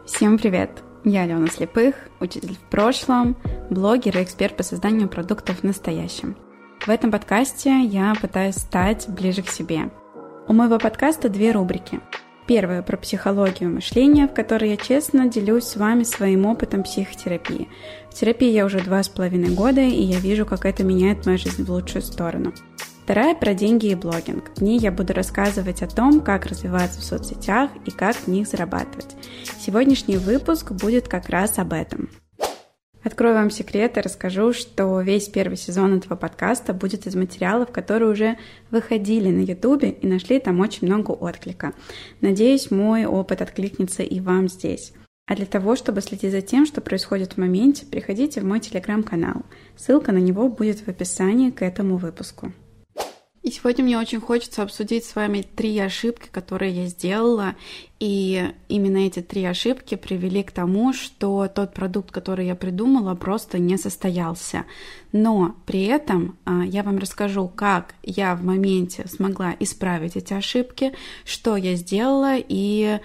Всем привет! Я Алена Слепых, учитель в прошлом, блогер и эксперт по созданию продуктов в настоящем. В этом подкасте я пытаюсь стать ближе к себе. У моего подкаста две рубрики. Первая про психологию мышления, в которой я честно делюсь с вами своим опытом психотерапии. В терапии я уже 2,5 года, и я вижу, как это меняет мою жизнь в лучшую сторону. Вторая про деньги и блогинг. В ней я буду рассказывать о том, как развиваться в соцсетях и как в них зарабатывать. Сегодняшний выпуск будет как раз об этом. Открою вам секрет и расскажу, что весь первый сезон этого подкаста будет из материалов, которые уже выходили на Ютубе и нашли там очень много отклика. Надеюсь, мой опыт откликнется и вам здесь. А для того, чтобы следить за тем, что происходит в моменте, приходите в мой телеграм-канал. Ссылка на него будет в описании к этому выпуску. И сегодня мне очень хочется обсудить с вами 3 ошибки, которые я сделала. И именно эти 3 ошибки привели к тому, что тот продукт, который я придумала, просто не состоялся. Но при этом я вам расскажу, как я в моменте смогла исправить эти ошибки, что я сделала и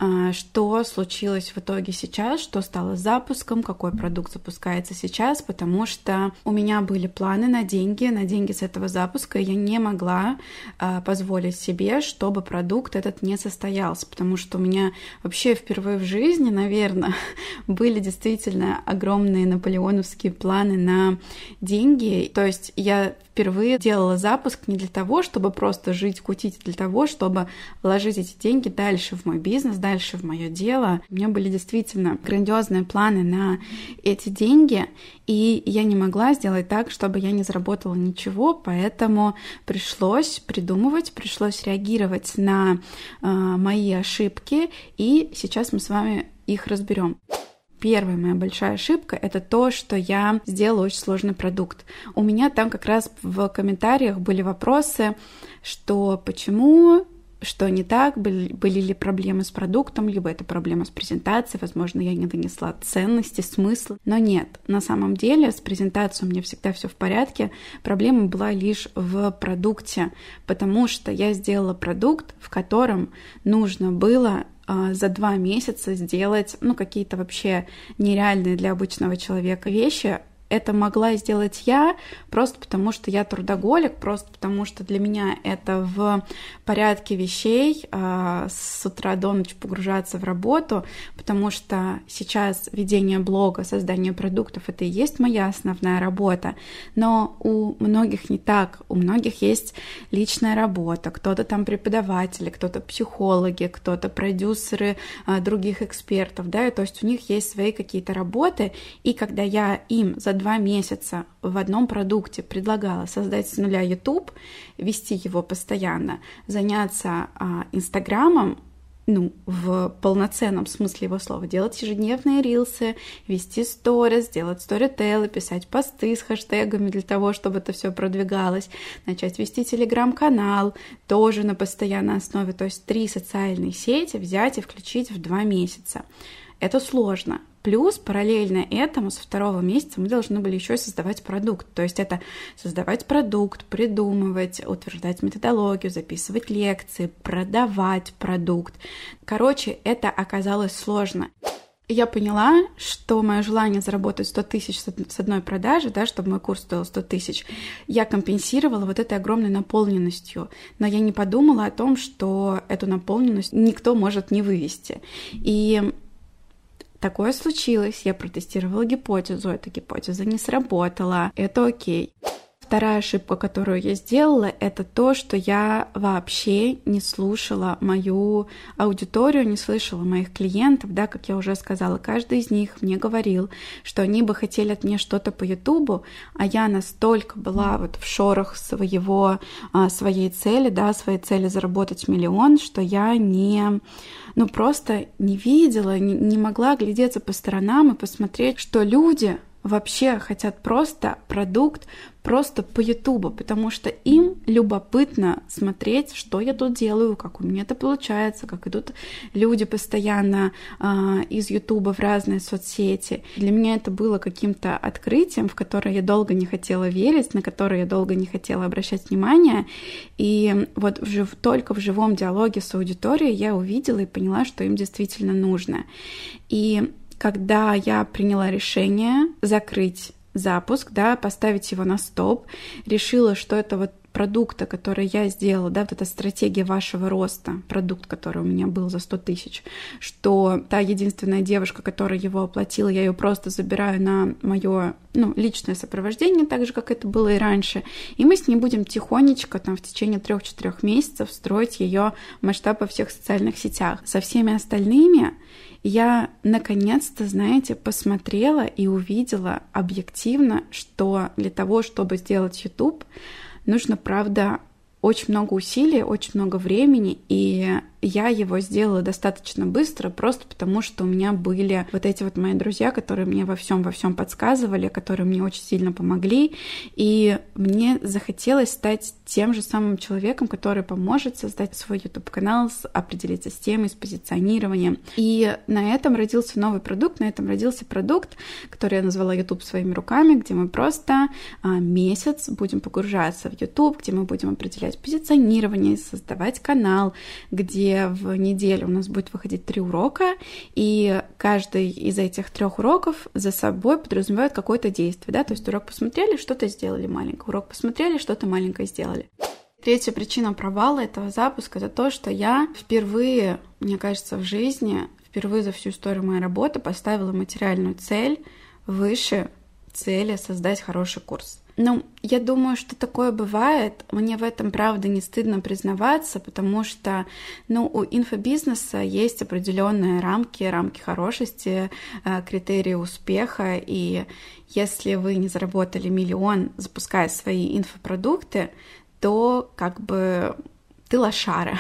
что случилось в итоге сейчас, что стало запуском, какой продукт запускается сейчас, потому что у меня были планы на деньги с этого запуска, и я не могла позволить себе, чтобы продукт этот не состоялся, потому что у меня вообще впервые в жизни, наверное, были действительно огромные наполеоновские планы на деньги. То есть я впервые делала запуск не для того, чтобы просто жить, кутить, а для того, чтобы вложить эти деньги дальше в мой бизнес, дальше в мое дело. У меня были действительно грандиозные планы на эти деньги, и я не могла сделать так, чтобы я не заработала ничего, поэтому пришлось придумывать, пришлось реагировать на мои ошибки, и сейчас мы с вами их разберем. Первая моя большая ошибка — это то, что я сделала очень сложный продукт. У меня там как раз в комментариях были вопросы, что почему, что не так, были ли проблемы с продуктом, либо это проблема с презентацией, возможно, я не донесла ценности, смысла. Но нет, на самом деле с презентацией у меня всегда все в порядке. Проблема была лишь в продукте, потому что я сделала продукт, в котором нужно было за 2 месяца сделать, какие-то вообще нереальные для обычного человека вещи. Это могла сделать я просто потому, что я трудоголик, просто потому, что для меня это в порядке вещей с утра до ночи погружаться в работу, потому что сейчас ведение блога, создание продуктов — это и есть моя основная работа, но у многих не так, у многих есть личная работа, кто-то там преподаватели, кто-то психологи, кто-то продюсеры других экспертов, да, и то есть у них есть свои какие-то работы, и когда я им за 2 месяца в одном продукте предлагала создать с нуля YouTube, вести его постоянно, заняться Инстаграмом, в полноценном смысле его слова, делать ежедневные рилсы, вести сторис, делать сторителлы, писать посты с хэштегами для того, чтобы это все продвигалось, начать вести телеграм-канал тоже на постоянной основе, то есть 3 социальные сети взять и включить в 2 месяца. Это сложно. Плюс параллельно этому со 2 месяца мы должны были еще и создавать продукт. То есть это создавать продукт, придумывать, утверждать методологию, записывать лекции, продавать продукт. Короче, это оказалось сложно. Я поняла, что мое желание заработать 100 тысяч с одной продажи, да, чтобы мой курс стоил 100 тысяч, я компенсировала вот этой огромной наполненностью. Но я не подумала о том, что эту наполненность никто может не вывести. И такое случилось, я протестировала гипотезу, эта гипотеза не сработала, это окей. Вторая ошибка, которую я сделала, это то, что я вообще не слушала мою аудиторию, не слышала моих клиентов, да, как я уже сказала, каждый из них мне говорил, что они бы хотели от меня что-то по Ютубу, а я настолько была в шорах своей цели, да, своей цели заработать 1 миллион, что я просто не видела, не могла глядеться по сторонам и посмотреть, что люди вообще хотят просто продукт просто по Ютубу, потому что им любопытно смотреть, что я тут делаю, как у меня это получается, как идут люди постоянно из Ютуба в разные соцсети. Для меня это было каким-то открытием, в которое я долго не хотела верить, на которое я долго не хотела обращать внимание. И вот только в живом диалоге с аудиторией я увидела и поняла, что им действительно нужно. И когда я приняла решение закрыть запуск, да, поставить его на стоп, решила, что это вот продукта, который я сделала, да, вот эта стратегия вашего роста, продукт, который у меня был за 100 тысяч, что та единственная девушка, которая его оплатила, я ее просто забираю на мое личное сопровождение, так же, как это было и раньше, и мы с ней будем тихонечко там в течение 3-4 месяцев строить ее масштаб во всех социальных сетях. Со всеми остальными я наконец-то, знаете, посмотрела и увидела объективно, что для того, чтобы сделать YouTube, нужно, правда, очень много усилий, очень много времени, и я его сделала достаточно быстро, просто потому что у меня были вот эти вот мои друзья, которые мне во всем подсказывали, которые мне очень сильно помогли, и мне захотелось стать тем же самым человеком, который поможет создать свой YouTube-канал, определиться с темой, с позиционированием. И на этом родился новый продукт, который я назвала YouTube своими руками, где мы просто месяц будем погружаться в YouTube, где мы будем определять позиционирование, создавать канал, где в неделю у нас будет выходить 3 урока, и каждый из этих 3 уроков за собой подразумевает какое-то действие, да, то есть урок посмотрели, что-то сделали маленькое, урок посмотрели, что-то маленькое сделали. Третья причина провала этого запуска — это то, что я впервые, мне кажется, в жизни, впервые за всю историю моей работы поставила материальную цель выше цели создать хороший курс. Я думаю, что такое бывает. Мне в этом, правда, не стыдно признаваться, потому что, у инфобизнеса есть определенные рамки хорошести, критерии успеха, и если вы не заработали 1 миллион, запуская свои инфопродукты, то ты лошара.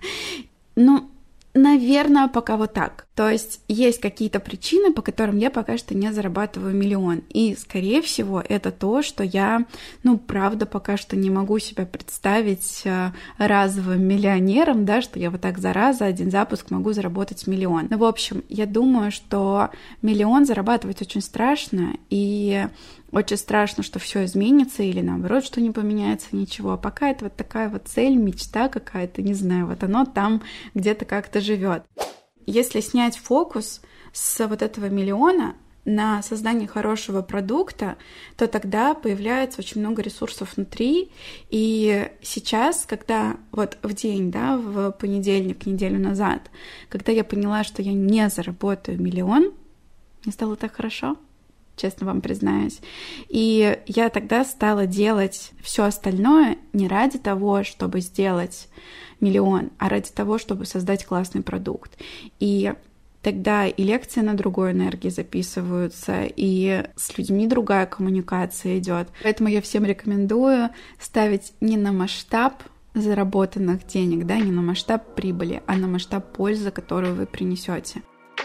Наверное, пока вот так. То есть есть какие-то причины, по которым я пока что не зарабатываю 1 миллион. И, скорее всего, это то, что я, правда, пока что не могу себя представить разовым миллионером, да, что я вот так за один запуск могу заработать 1 миллион. В общем, я думаю, что 1 миллион зарабатывать очень страшно, и очень страшно, что все изменится или наоборот, что не поменяется ничего. А пока это вот такая вот цель, мечта какая-то, не знаю, вот оно там где-то как-то живет. Если снять фокус с вот этого 1 миллиона на создание хорошего продукта, то тогда появляется очень много ресурсов внутри. И сейчас, когда вот в день, да, в понедельник, неделю назад, когда я поняла, что я не заработаю 1 миллион, мне стало так хорошо. Честно вам признаюсь. И я тогда стала делать все остальное не ради того, чтобы сделать 1 миллион, а ради того, чтобы создать классный продукт. И тогда и лекции на другой энергии записываются, и с людьми другая коммуникация идет. Поэтому я всем рекомендую ставить не на масштаб заработанных денег, да, не на масштаб прибыли, а на масштаб пользы, которую вы принесете.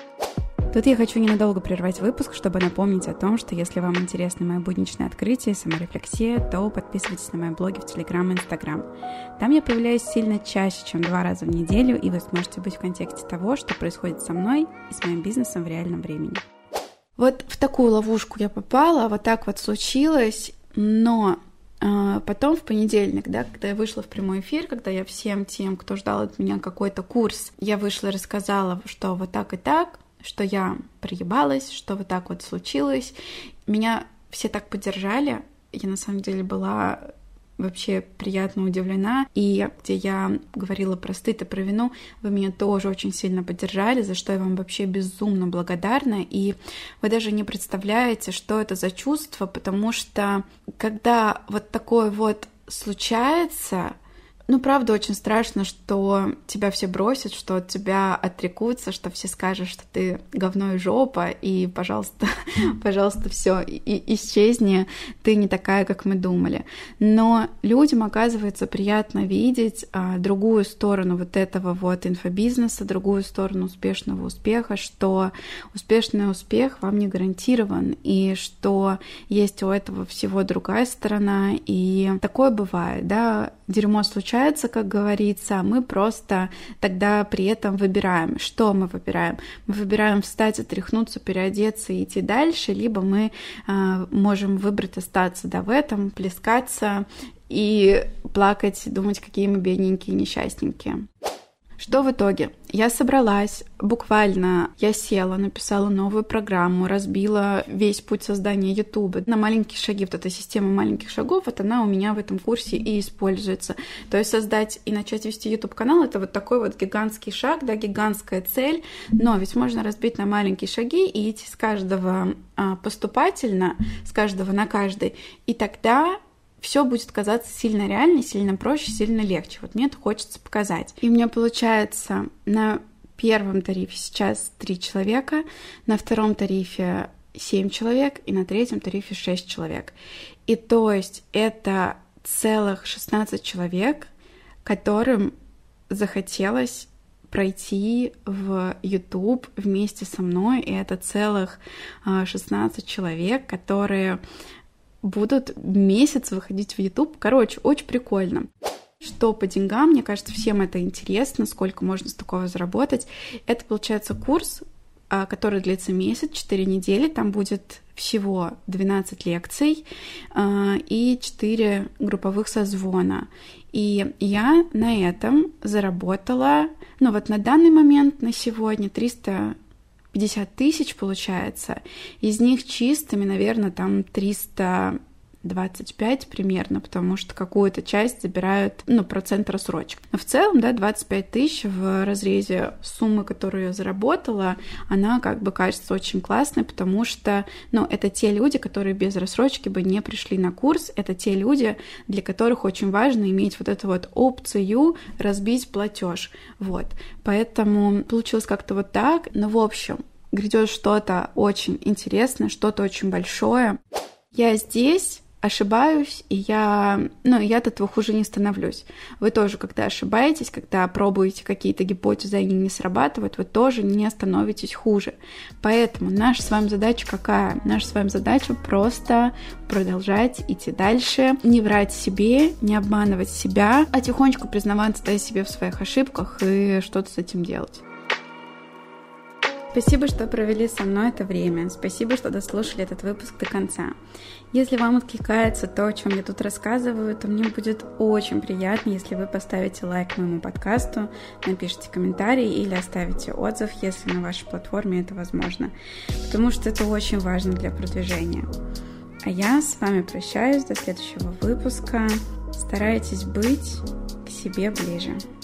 Тут я хочу ненадолго прервать выпуск, чтобы напомнить о том, что если вам интересны мои будничные открытия и саморефлексия, то подписывайтесь на мои блоги в Telegram и Instagram. Там я появляюсь сильно чаще, чем 2 раза в неделю, и вы сможете быть в контексте того, что происходит со мной и с моим бизнесом в реальном времени. Вот в такую ловушку я попала, вот так вот случилось, но потом в понедельник, да, когда я вышла в прямой эфир, когда я всем тем, кто ждал от меня какой-то курс, я вышла и рассказала, что вот так и так, что я проебалась, что вот так вот случилось. Меня все так поддержали. Я на самом деле была вообще приятно удивлена. И где я говорила про стыд и про вину, вы меня тоже очень сильно поддержали, за что я вам вообще безумно благодарна. И вы даже не представляете, что это за чувство, потому что когда вот такое вот случается, правда, очень страшно, что тебя все бросят, что от тебя отрекутся, что все скажут, что ты говно и жопа, и, пожалуйста, все, исчезни, ты не такая, как мы думали. Но людям, оказывается, приятно видеть другую сторону вот этого вот инфобизнеса, другую сторону успешного успеха, что успешный успех вам не гарантирован, и что есть у этого всего другая сторона, и такое бывает, да, дерьмо случается, как говорится, а мы просто тогда при этом выбираем. Что мы выбираем? Мы выбираем встать, отряхнуться, переодеться и идти дальше, либо мы можем выбрать остаться, да, в этом, плескаться и плакать, думать, какие мы бедненькие, несчастненькие. Что в итоге? Я собралась, буквально я села, написала новую программу, разбила весь путь создания YouTube на маленькие шаги. Вот эта система маленьких шагов, вот она у меня в этом курсе и используется. То есть создать и начать вести YouTube-канал — это вот такой вот гигантский шаг, да, гигантская цель, но ведь можно разбить на маленькие шаги и идти с каждого поступательно, с каждого на каждый, и тогда все будет казаться сильно реальнее, сильно проще, сильно легче. Вот мне это хочется показать. И у меня получается на первом тарифе сейчас 3 человека, на втором тарифе 7 человек и на третьем тарифе 6 человек. И то есть это целых 16 человек, которым захотелось пройти в YouTube вместе со мной, и это целых 16 человек, которые будут месяц выходить в YouTube. Короче, очень прикольно. Что по деньгам, мне кажется, всем это интересно, сколько можно с такого заработать. Это, получается, курс, который длится месяц, 4 недели. Там будет всего 12 лекций и 4 групповых созвона. И я на этом заработала, вот на данный момент, на сегодня, 350 тысяч получается. Из них чистыми, наверное, там 325 примерно, потому что какую-то часть забирают, процент рассрочек. Но в целом, да, 25 тысяч в разрезе суммы, которую я заработала, она как бы кажется очень классной, потому что, это те люди, которые без рассрочки бы не пришли на курс, это те люди, для которых очень важно иметь вот эту вот опцию разбить платеж. Вот. Поэтому получилось как-то вот так. Но, в общем, грядет что-то очень интересное, что-то очень большое. Я здесь ошибаюсь, и я от этого хуже не становлюсь. Вы тоже, когда ошибаетесь, когда пробуете какие-то гипотезы, они не срабатывают, вы тоже не становитесь хуже. Поэтому наша с вами задача какая? Наша с вами задача просто продолжать идти дальше, не врать себе, не обманывать себя, а тихонечко признаваться себе в своих ошибках и что-то с этим делать. Спасибо, что провели со мной это время. Спасибо, что дослушали этот выпуск до конца. Если вам откликается то, о чем я тут рассказываю, то мне будет очень приятно, если вы поставите лайк моему подкасту, напишите комментарий или оставите отзыв, если на вашей платформе это возможно, потому что это очень важно для продвижения. А я с вами прощаюсь до следующего выпуска. Старайтесь быть к себе ближе.